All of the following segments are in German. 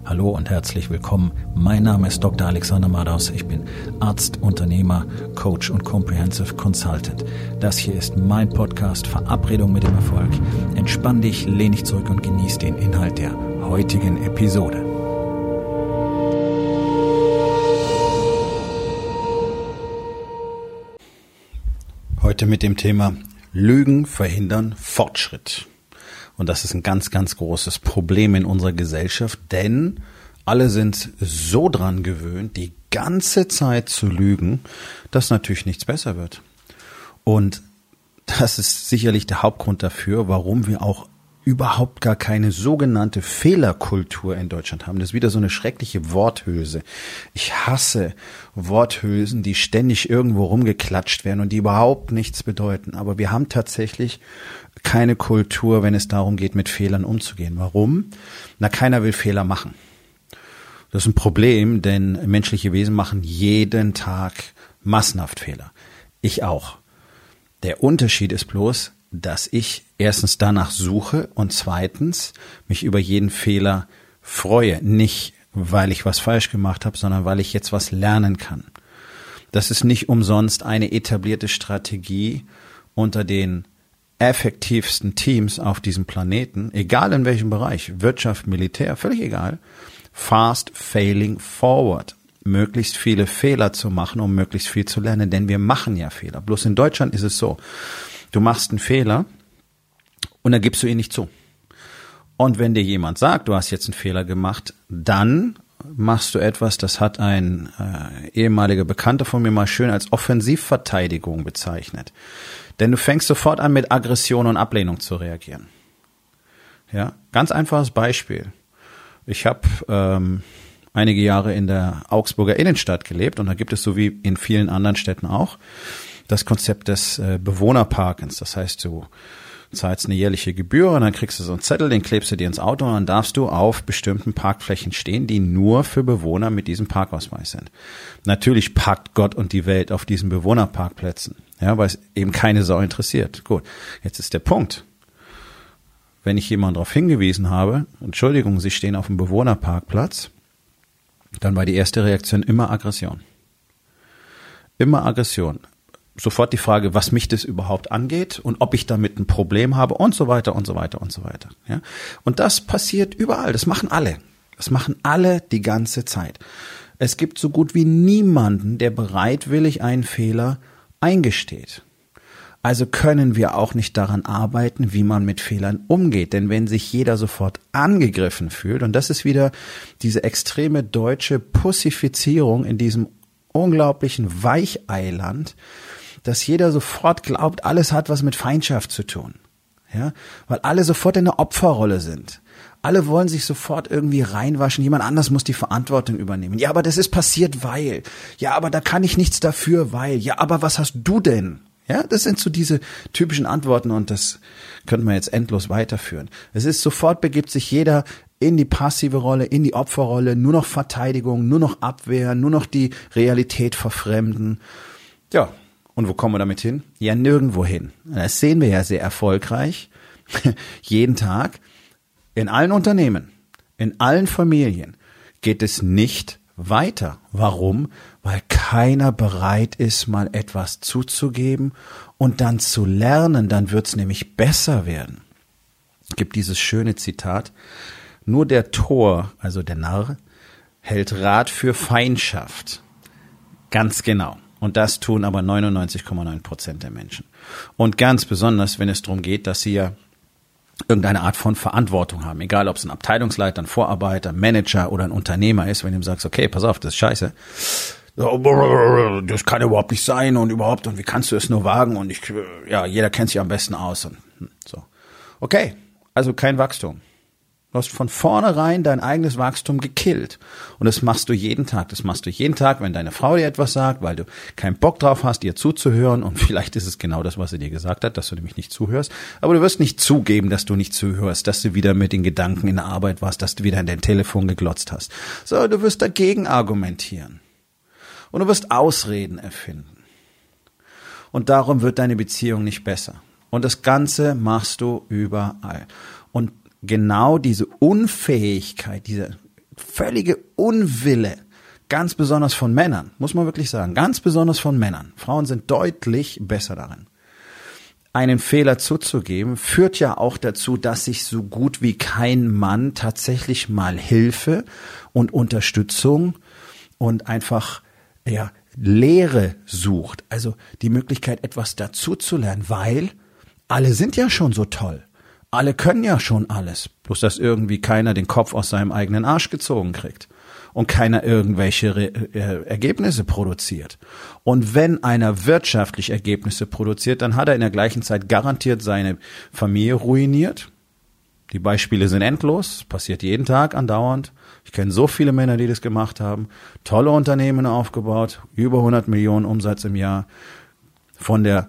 Hallo und herzlich willkommen. Mein Name ist Dr. Alexander Madaus. Ich bin Arzt, Unternehmer, Coach und Comprehensive Consultant. Das hier ist mein Podcast Verabredung mit dem Erfolg. Entspann dich, lehn dich zurück und genieß den Inhalt der heutigen Episode. Heute mit dem Thema Lügen verhindern Fortschritt. Und das ist ein ganz, ganz großes Problem in unserer Gesellschaft, denn alle sind so dran gewöhnt, die ganze Zeit zu lügen, dass natürlich nichts besser wird. Und das ist sicherlich der Hauptgrund dafür, warum wir auch überhaupt gar keine sogenannte Fehlerkultur in Deutschland haben. Das ist wieder so eine schreckliche Worthülse. Ich hasse Worthülsen, die ständig irgendwo rumgeklatscht werden und die überhaupt nichts bedeuten. Aber wir haben tatsächlich keine Kultur, wenn es darum geht, mit Fehlern umzugehen. Warum? Na, keiner will Fehler machen. Das ist ein Problem, denn menschliche Wesen machen jeden Tag massenhaft Fehler. Ich auch. Der Unterschied ist bloß, dass ich erstens danach suche und zweitens mich über jeden Fehler freue. Nicht, weil ich was falsch gemacht habe, sondern weil ich jetzt was lernen kann. Das ist nicht umsonst eine etablierte Strategie unter den effektivsten Teams auf diesem Planeten, egal in welchem Bereich, Wirtschaft, Militär, völlig egal, fast failing forward. Möglichst viele Fehler zu machen, um möglichst viel zu lernen, denn wir machen ja Fehler. Bloß in Deutschland ist es so, du machst einen Fehler und dann gibst du ihn nicht zu. Und wenn dir jemand sagt, du hast jetzt einen Fehler gemacht, dann machst du etwas, das hat ein ehemaliger Bekannter von mir mal schön als Offensivverteidigung bezeichnet. Denn du fängst sofort an, mit Aggression und Ablehnung zu reagieren. Ja, ganz einfaches Beispiel. Ich habe einige Jahre in der Augsburger Innenstadt gelebt und da gibt es, so wie in vielen anderen Städten auch, das Konzept des Bewohnerparkens. Das heißt, du zahlst eine jährliche Gebühr und dann kriegst du so einen Zettel, den klebst du dir ins Auto und dann darfst du auf bestimmten Parkflächen stehen, die nur für Bewohner mit diesem Parkausweis sind. Natürlich parkt Gott und die Welt auf diesen Bewohnerparkplätzen, ja, weil es eben keine Sau interessiert. Gut, jetzt ist der Punkt. Wenn ich jemanden darauf hingewiesen habe, Entschuldigung, Sie stehen auf dem Bewohnerparkplatz, dann war die erste Reaktion immer Aggression. Immer Aggression. Sofort die Frage, was mich das überhaupt angeht und ob ich damit ein Problem habe und so weiter und so weiter und so weiter. Ja? Und das passiert überall. Das machen alle. Das machen alle die ganze Zeit. Es gibt so gut wie niemanden, der bereitwillig einen Fehler eingesteht. Also können wir auch nicht daran arbeiten, wie man mit Fehlern umgeht. Denn wenn sich jeder sofort angegriffen fühlt, und das ist wieder diese extreme deutsche Pussifizierung in diesem unglaublichen Weicheiland, dass jeder sofort glaubt, alles hat was mit Feindschaft zu tun. Ja, weil alle sofort in der Opferrolle sind. Alle wollen sich sofort irgendwie reinwaschen. Jemand anders muss die Verantwortung übernehmen. Ja, aber das ist passiert, weil. Ja, aber da kann ich nichts dafür, weil. Ja, aber was hast du denn? Ja, das sind so diese typischen Antworten und das könnte man jetzt endlos weiterführen. Es ist sofort begibt sich jeder in die passive Rolle, in die Opferrolle, nur noch Verteidigung, nur noch Abwehr, nur noch die Realität verfremden. Ja, und wo kommen wir damit hin? Ja, nirgendwo hin. Das sehen wir ja sehr erfolgreich. Jeden Tag in allen Unternehmen, in allen Familien geht es nicht weiter. Warum? Weil keiner bereit ist, mal etwas zuzugeben und dann zu lernen. Dann wird's nämlich besser werden. Es gibt dieses schöne Zitat: Nur der Tor, also der Narr, hält Rat für Feindschaft. Ganz genau. Und das tun aber 99,9% der Menschen. Und ganz besonders, wenn es darum geht, dass sie ja irgendeine Art von Verantwortung haben. Egal, ob es ein Abteilungsleiter, ein Vorarbeiter, Manager oder ein Unternehmer ist, wenn du ihm sagst, okay, pass auf, das ist scheiße. Das kann überhaupt nicht sein und überhaupt, und wie kannst du es nur wagen? Und jeder kennt sich am besten aus und so. Okay, also kein Wachstum. Du hast von vornherein dein eigenes Wachstum gekillt. Und das machst du jeden Tag. Das machst du jeden Tag, wenn deine Frau dir etwas sagt, weil du keinen Bock drauf hast, ihr zuzuhören. Und vielleicht ist es genau das, was sie dir gesagt hat, dass du nämlich nicht zuhörst. Aber du wirst nicht zugeben, dass du nicht zuhörst, dass du wieder mit den Gedanken in der Arbeit warst, dass du wieder in dein Telefon geglotzt hast. So, du wirst dagegen argumentieren. Und du wirst Ausreden erfinden. Und darum wird deine Beziehung nicht besser. Und das Ganze machst du überall. Und genau diese Unfähigkeit, diese völlige Unwille, ganz besonders von Männern, muss man wirklich sagen, ganz besonders von Männern. Frauen sind deutlich besser darin. Einen Fehler zuzugeben, führt ja auch dazu, dass sich so gut wie kein Mann tatsächlich mal Hilfe und Unterstützung und einfach, Lehre sucht. Also die Möglichkeit, etwas dazuzulernen, weil alle sind ja schon so toll. Alle können ja schon alles. Bloß, dass irgendwie keiner den Kopf aus seinem eigenen Arsch gezogen kriegt. Und keiner irgendwelche Ergebnisse produziert. Und wenn einer wirtschaftlich Ergebnisse produziert, dann hat er in der gleichen Zeit garantiert seine Familie ruiniert. Die Beispiele sind endlos, passiert jeden Tag andauernd. Ich kenne so viele Männer, die das gemacht haben. Tolle Unternehmen aufgebaut, über 100 Millionen Umsatz im Jahr. Von der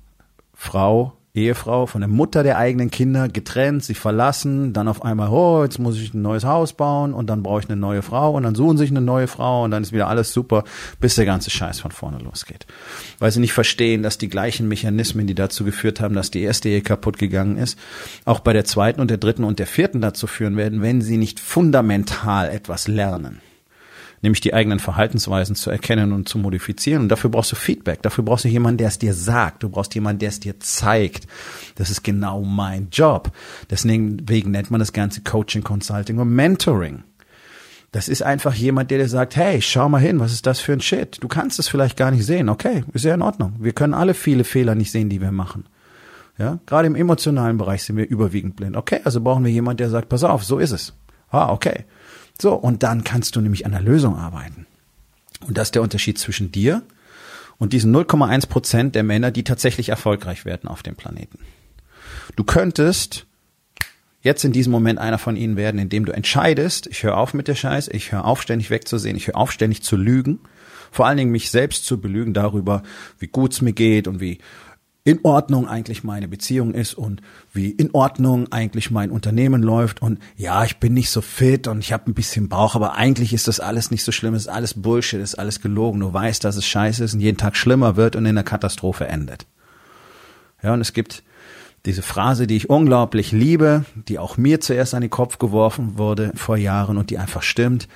Ehefrau, von der Mutter der eigenen Kinder getrennt, sie verlassen, dann auf einmal, jetzt muss ich ein neues Haus bauen und dann brauche ich eine neue Frau und dann suchen sich eine neue Frau und dann ist wieder alles super, bis der ganze Scheiß von vorne losgeht. Weil sie nicht verstehen, dass die gleichen Mechanismen, die dazu geführt haben, dass die erste Ehe kaputt gegangen ist, auch bei der zweiten und der dritten und der vierten dazu führen werden, wenn sie nicht fundamental etwas lernen. Nämlich die eigenen Verhaltensweisen zu erkennen und zu modifizieren. Und dafür brauchst du Feedback. Dafür brauchst du jemanden, der es dir sagt. Du brauchst jemanden, der es dir zeigt. Das ist genau mein Job. Deswegen nennt man das Ganze Coaching, Consulting und Mentoring. Das ist einfach jemand, der dir sagt, hey, schau mal hin, was ist das für ein Shit? Du kannst es vielleicht gar nicht sehen. Okay, ist ja in Ordnung. Wir können alle viele Fehler nicht sehen, die wir machen. Ja, gerade im emotionalen Bereich sind wir überwiegend blind. Okay, also brauchen wir jemanden, der sagt, pass auf, so ist es. Okay. So, und dann kannst du nämlich an der Lösung arbeiten. Und das ist der Unterschied zwischen dir und diesen 0,1% der Männer, die tatsächlich erfolgreich werden auf dem Planeten. Du könntest jetzt in diesem Moment einer von ihnen werden, indem du entscheidest, ich höre auf mit der Scheiße, ich höre auf, ständig wegzusehen, ich höre auf, ständig zu lügen, vor allen Dingen mich selbst zu belügen darüber, wie gut es mir geht und wie in Ordnung eigentlich meine Beziehung ist und wie in Ordnung eigentlich mein Unternehmen läuft und ja, ich bin nicht so fit und ich habe ein bisschen Bauch, aber eigentlich ist das alles nicht so schlimm, es ist alles Bullshit, es ist alles gelogen. Du weißt, dass es scheiße ist und jeden Tag schlimmer wird und in einer Katastrophe endet. Ja, und es gibt diese Phrase, die ich unglaublich liebe, die auch mir zuerst an den Kopf geworfen wurde vor Jahren und die einfach stimmt.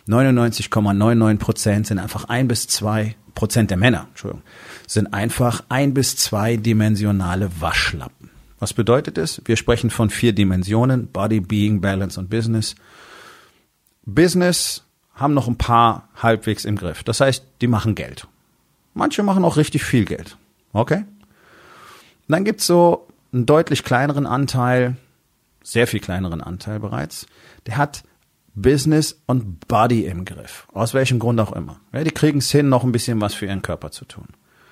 99,99% sind einfach 1-2% der Männer, sind einfach 1 bis 2 dimensionale Waschlappen. Was bedeutet es? Wir sprechen von 4 Dimensionen, Body, Being, Balance und Business. Business haben noch ein paar halbwegs im Griff. Das heißt, die machen Geld. Manche machen auch richtig viel Geld. Okay? Und dann gibt's so einen deutlich kleineren Anteil, sehr viel kleineren Anteil bereits, der hat Business und Body im Griff. Aus welchem Grund auch immer. Ja, die kriegen es hin, noch ein bisschen was für ihren Körper zu tun.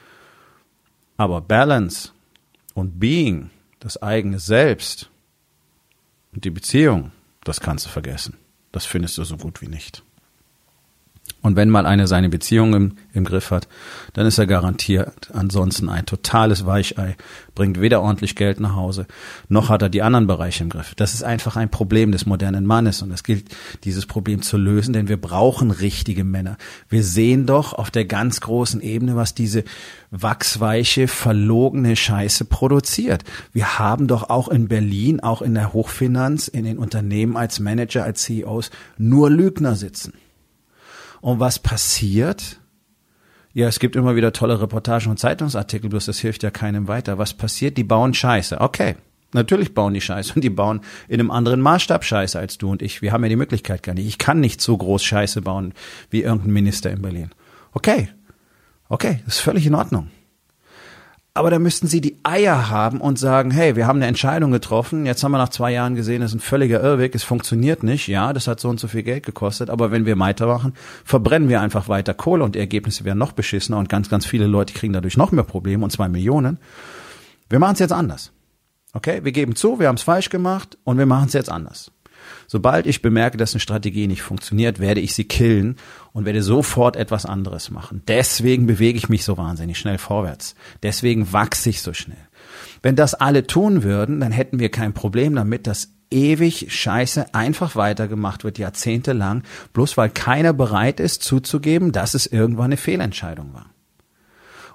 Aber Balance und Being, das eigene Selbst und die Beziehung, das kannst du vergessen. Das findest du so gut wie nicht. Und wenn mal einer seine Beziehung im Griff hat, dann ist er garantiert ansonsten ein totales Weichei, bringt weder ordentlich Geld nach Hause, noch hat er die anderen Bereiche im Griff. Das ist einfach ein Problem des modernen Mannes und es gilt, dieses Problem zu lösen, denn wir brauchen richtige Männer. Wir sehen doch auf der ganz großen Ebene, was diese wachsweiche, verlogene Scheiße produziert. Wir haben doch auch in Berlin, auch in der Hochfinanz, in den Unternehmen als Manager, als CEOs nur Lügner sitzen. Und was passiert? Ja, es gibt immer wieder tolle Reportagen und Zeitungsartikel, bloß das hilft ja keinem weiter. Was passiert? Die bauen Scheiße. Okay, natürlich bauen die Scheiße und die bauen in einem anderen Maßstab Scheiße als du und ich. Wir haben ja die Möglichkeit gar nicht. Ich kann nicht so groß Scheiße bauen wie irgendein Minister in Berlin. Okay, das ist völlig in Ordnung. Aber da müssten sie die Eier haben und sagen, hey, wir haben eine Entscheidung getroffen, jetzt haben wir nach 2 Jahren gesehen, das ist ein völliger Irrweg, es funktioniert nicht, ja, das hat so und so viel Geld gekostet, aber wenn wir weitermachen, verbrennen wir einfach weiter Kohle und die Ergebnisse werden noch beschissener und ganz, ganz viele Leute kriegen dadurch noch mehr Probleme und 2 Millionen. Wir machen es jetzt anders. Okay, wir geben zu, wir haben es falsch gemacht und wir machen es jetzt anders. Sobald ich bemerke, dass eine Strategie nicht funktioniert, werde ich sie killen und werde sofort etwas anderes machen. Deswegen bewege ich mich so wahnsinnig schnell vorwärts. Deswegen wachse ich so schnell. Wenn das alle tun würden, dann hätten wir kein Problem damit, dass ewig Scheiße einfach weitergemacht wird, jahrzehntelang, bloß weil keiner bereit ist zuzugeben, dass es irgendwann eine Fehlentscheidung war.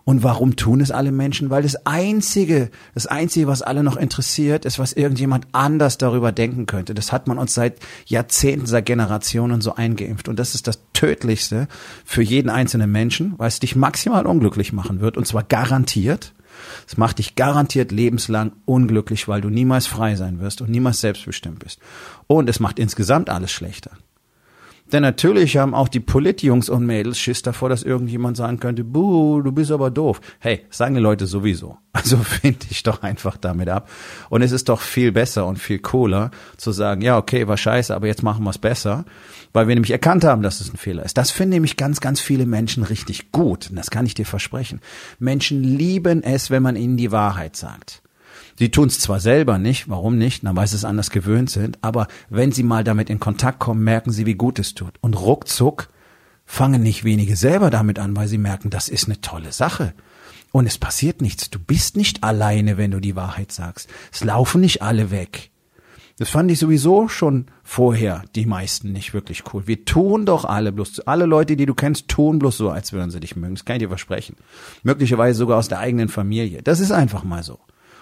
Und warum tun es alle Menschen? Weil das Einzige, was alle noch interessiert, ist, was irgendjemand anders darüber denken könnte. Das hat man uns seit Jahrzehnten, seit Generationen so eingeimpft. Und das ist das Tödlichste für jeden einzelnen Menschen, weil es dich maximal unglücklich machen wird. Und zwar garantiert. Es macht dich garantiert lebenslang unglücklich, weil du niemals frei sein wirst und niemals selbstbestimmt bist. Und es macht insgesamt alles schlechter. Denn natürlich haben auch die Politjungs und Mädels Schiss davor, dass irgendjemand sagen könnte, buh, du bist aber doof. Hey, sagen die Leute sowieso. Also finde ich doch einfach damit ab. Und es ist doch viel besser und viel cooler zu sagen, ja, okay, war scheiße, aber jetzt machen wir es besser, weil wir nämlich erkannt haben, dass es ein Fehler ist. Das finden nämlich ganz, ganz viele Menschen richtig gut. Und das kann ich dir versprechen. Menschen lieben es, wenn man ihnen die Wahrheit sagt. Sie tun es zwar selber nicht, warum nicht? Na, weil sie es anders gewöhnt sind, aber wenn sie mal damit in Kontakt kommen, merken sie, wie gut es tut. Und ruckzuck fangen nicht wenige selber damit an, weil sie merken, das ist eine tolle Sache. Und es passiert nichts. Du bist nicht alleine, wenn du die Wahrheit sagst. Es laufen nicht alle weg. Das fand ich sowieso schon vorher die meisten nicht wirklich cool. Wir tun doch alle Leute, die du kennst, tun bloß so, als würden sie dich mögen. Das kann ich dir versprechen. Möglicherweise sogar aus der eigenen Familie. Das ist einfach mal so.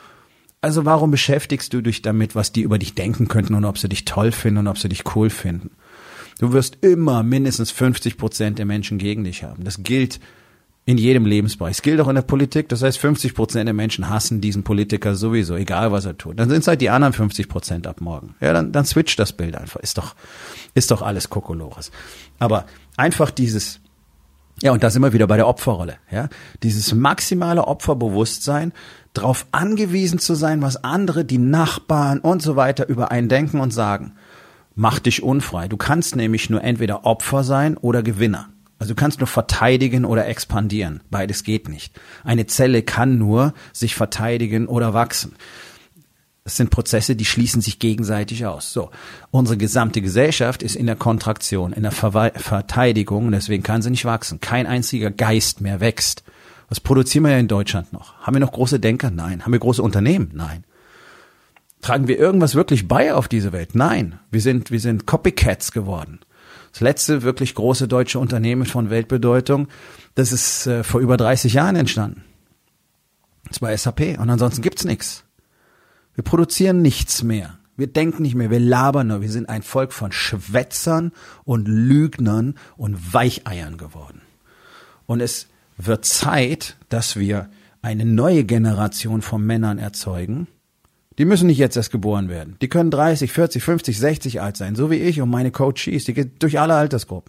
Also warum beschäftigst du dich damit, was die über dich denken könnten und ob sie dich toll finden und ob sie dich cool finden? Du wirst immer mindestens 50% der Menschen gegen dich haben. Das gilt in jedem Lebensbereich. Es gilt auch in der Politik. Das heißt, 50% der Menschen hassen diesen Politiker sowieso, egal was er tut. Dann sind es halt die anderen 50% ab morgen. Ja, dann switcht das Bild einfach. Ist doch alles Kokolores. Aber einfach dieses, ja, und da sind wir wieder bei der Opferrolle, ja. Dieses maximale Opferbewusstsein, darauf angewiesen zu sein, was andere, die Nachbarn und so weiter über einen denken und sagen, macht dich unfrei. Du kannst nämlich nur entweder Opfer sein oder Gewinner. Also du kannst nur verteidigen oder expandieren. Beides geht nicht. Eine Zelle kann nur sich verteidigen oder wachsen. Das sind Prozesse, die schließen sich gegenseitig aus. So, unsere gesamte Gesellschaft ist in der Kontraktion, in der Verteidigung, und deswegen kann sie nicht wachsen. Kein einziger Geist mehr wächst. Was produzieren wir in Deutschland noch? Haben wir noch große Denker? Nein. Haben wir große Unternehmen? Nein. Tragen wir irgendwas wirklich bei auf diese Welt? Nein. Wir sind Copycats geworden. Das letzte wirklich große deutsche Unternehmen von Weltbedeutung, das ist vor über 30 Jahren entstanden. Das war SAP. Und ansonsten gibt's nichts. Wir produzieren nichts mehr. Wir denken nicht mehr, wir labern nur. Wir sind ein Volk von Schwätzern und Lügnern und Weicheiern geworden. Und es wird Zeit, dass wir eine neue Generation von Männern erzeugen. Die müssen nicht jetzt erst geboren werden. Die können 30, 40, 50, 60 alt sein, so wie ich und meine Coaches. Die gehen durch alle Altersgruppen.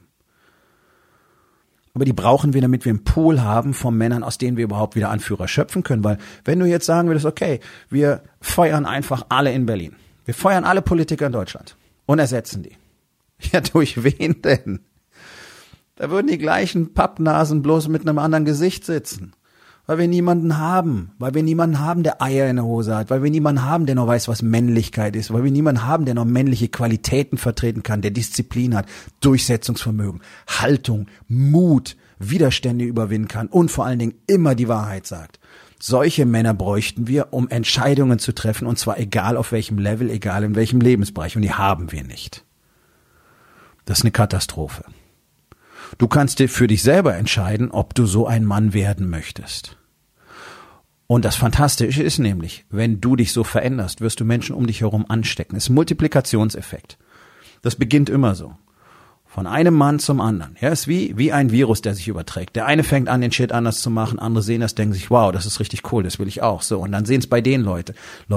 Aber die brauchen wir, damit wir einen Pool haben von Männern, aus denen wir überhaupt wieder Anführer schöpfen können. Weil wenn du jetzt sagen würdest, okay, wir feuern einfach alle in Berlin. Wir feuern alle Politiker in Deutschland und ersetzen die. Ja, durch wen denn? Da würden die gleichen Pappnasen bloß mit einem anderen Gesicht sitzen. Weil wir niemanden haben. Weil wir niemanden haben, der Eier in der Hose hat. Weil wir niemanden haben, der noch weiß, was Männlichkeit ist. Weil wir niemanden haben, der noch männliche Qualitäten vertreten kann, der Disziplin hat, Durchsetzungsvermögen, Haltung, Mut, Widerstände überwinden kann und vor allen Dingen immer die Wahrheit sagt. Solche Männer bräuchten wir, um Entscheidungen zu treffen, und zwar egal auf welchem Level, egal in welchem Lebensbereich. Und die haben wir nicht. Das ist eine Katastrophe. Du kannst dir für dich selber entscheiden, ob du so ein Mann werden möchtest. Und das Fantastische ist nämlich, wenn du dich so veränderst, wirst du Menschen um dich herum anstecken. Es ist ein Multiplikationseffekt. Das beginnt immer so. Von einem Mann zum anderen. Ja, ist wie ein Virus, der sich überträgt. Der eine fängt an, den Shit anders zu machen, andere sehen das, denken sich, wow, das ist richtig cool, das will ich auch. So, und dann sehen es bei den Leute.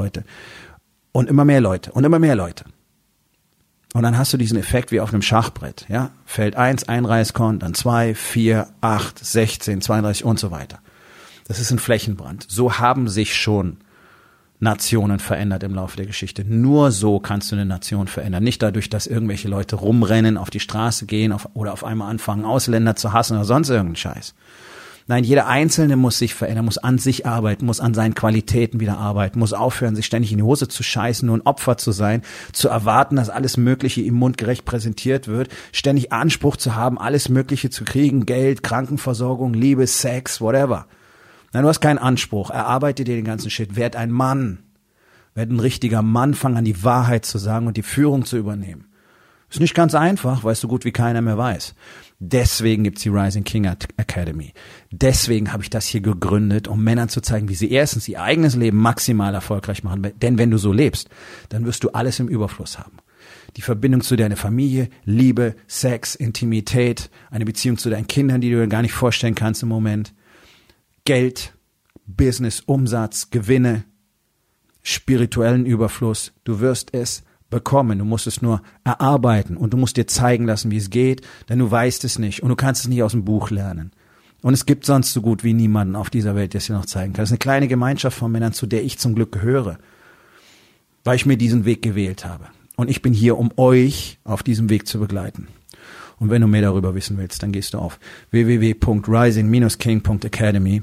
Und immer mehr Leute. Und immer mehr Leute. Und dann hast du diesen Effekt wie auf einem Schachbrett, ja. Feld 1, ein Reiskorn, dann 2, 4, 8, 16, 32 und so weiter. Das ist ein Flächenbrand. So haben sich schon Nationen verändert im Laufe der Geschichte. Nur so kannst du eine Nation verändern. Nicht dadurch, dass irgendwelche Leute rumrennen, auf die Straße gehen oder auf einmal anfangen, Ausländer zu hassen oder sonst irgendeinen Scheiß. Nein, jeder Einzelne muss sich verändern, muss an sich arbeiten, muss an seinen Qualitäten wieder arbeiten, muss aufhören, sich ständig in die Hose zu scheißen, nur ein Opfer zu sein, zu erwarten, dass alles Mögliche ihm mundgerecht präsentiert wird, ständig Anspruch zu haben, alles Mögliche zu kriegen, Geld, Krankenversorgung, Liebe, Sex, whatever. Nein, du hast keinen Anspruch, erarbeite dir den ganzen Shit, werd ein Mann, werd ein richtiger Mann, fang an die Wahrheit zu sagen und die Führung zu übernehmen. Ist nicht ganz einfach, weil es so gut wie keiner mehr weiß. Deswegen gibt's die Rising King Academy. Deswegen habe ich das hier gegründet, um Männern zu zeigen, wie sie erstens ihr eigenes Leben maximal erfolgreich machen. Denn wenn du so lebst, dann wirst du alles im Überfluss haben. Die Verbindung zu deiner Familie, Liebe, Sex, Intimität, eine Beziehung zu deinen Kindern, die du dir gar nicht vorstellen kannst im Moment, Geld, Business, Umsatz, Gewinne, spirituellen Überfluss. Du wirst es bekommen. Du musst es nur erarbeiten und du musst dir zeigen lassen, wie es geht, denn du weißt es nicht und du kannst es nicht aus dem Buch lernen. Und es gibt sonst so gut wie niemanden auf dieser Welt, der es dir noch zeigen kann. Es ist eine kleine Gemeinschaft von Männern, zu der ich zum Glück gehöre, weil ich mir diesen Weg gewählt habe. Und ich bin hier, um euch auf diesem Weg zu begleiten. Und wenn du mehr darüber wissen willst, dann gehst du auf www.rising-king.academy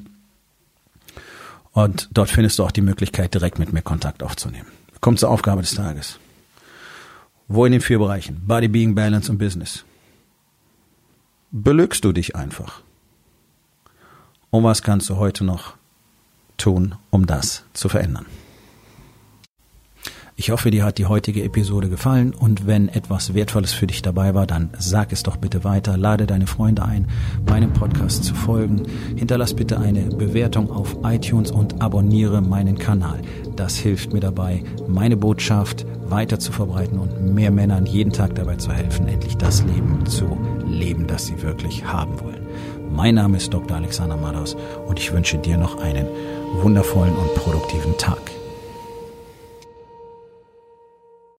und dort findest du auch die Möglichkeit, direkt mit mir Kontakt aufzunehmen. Kommt zur Aufgabe des Tages. Wo in den 4 Bereichen? Body, Being, Balance und Business. Belügst du dich einfach? Und was kannst du heute noch tun, um das zu verändern? Ich hoffe, dir hat die heutige Episode gefallen und wenn etwas Wertvolles für dich dabei war, dann sag es doch bitte weiter, lade deine Freunde ein, meinem Podcast zu folgen, hinterlass bitte eine Bewertung auf iTunes und abonniere meinen Kanal. Das hilft mir dabei, meine Botschaft weiter zu verbreiten und mehr Männern jeden Tag dabei zu helfen, endlich das Leben zu leben, das sie wirklich haben wollen. Mein Name ist Dr. Alexander Madaus und ich wünsche dir noch einen wundervollen und produktiven Tag.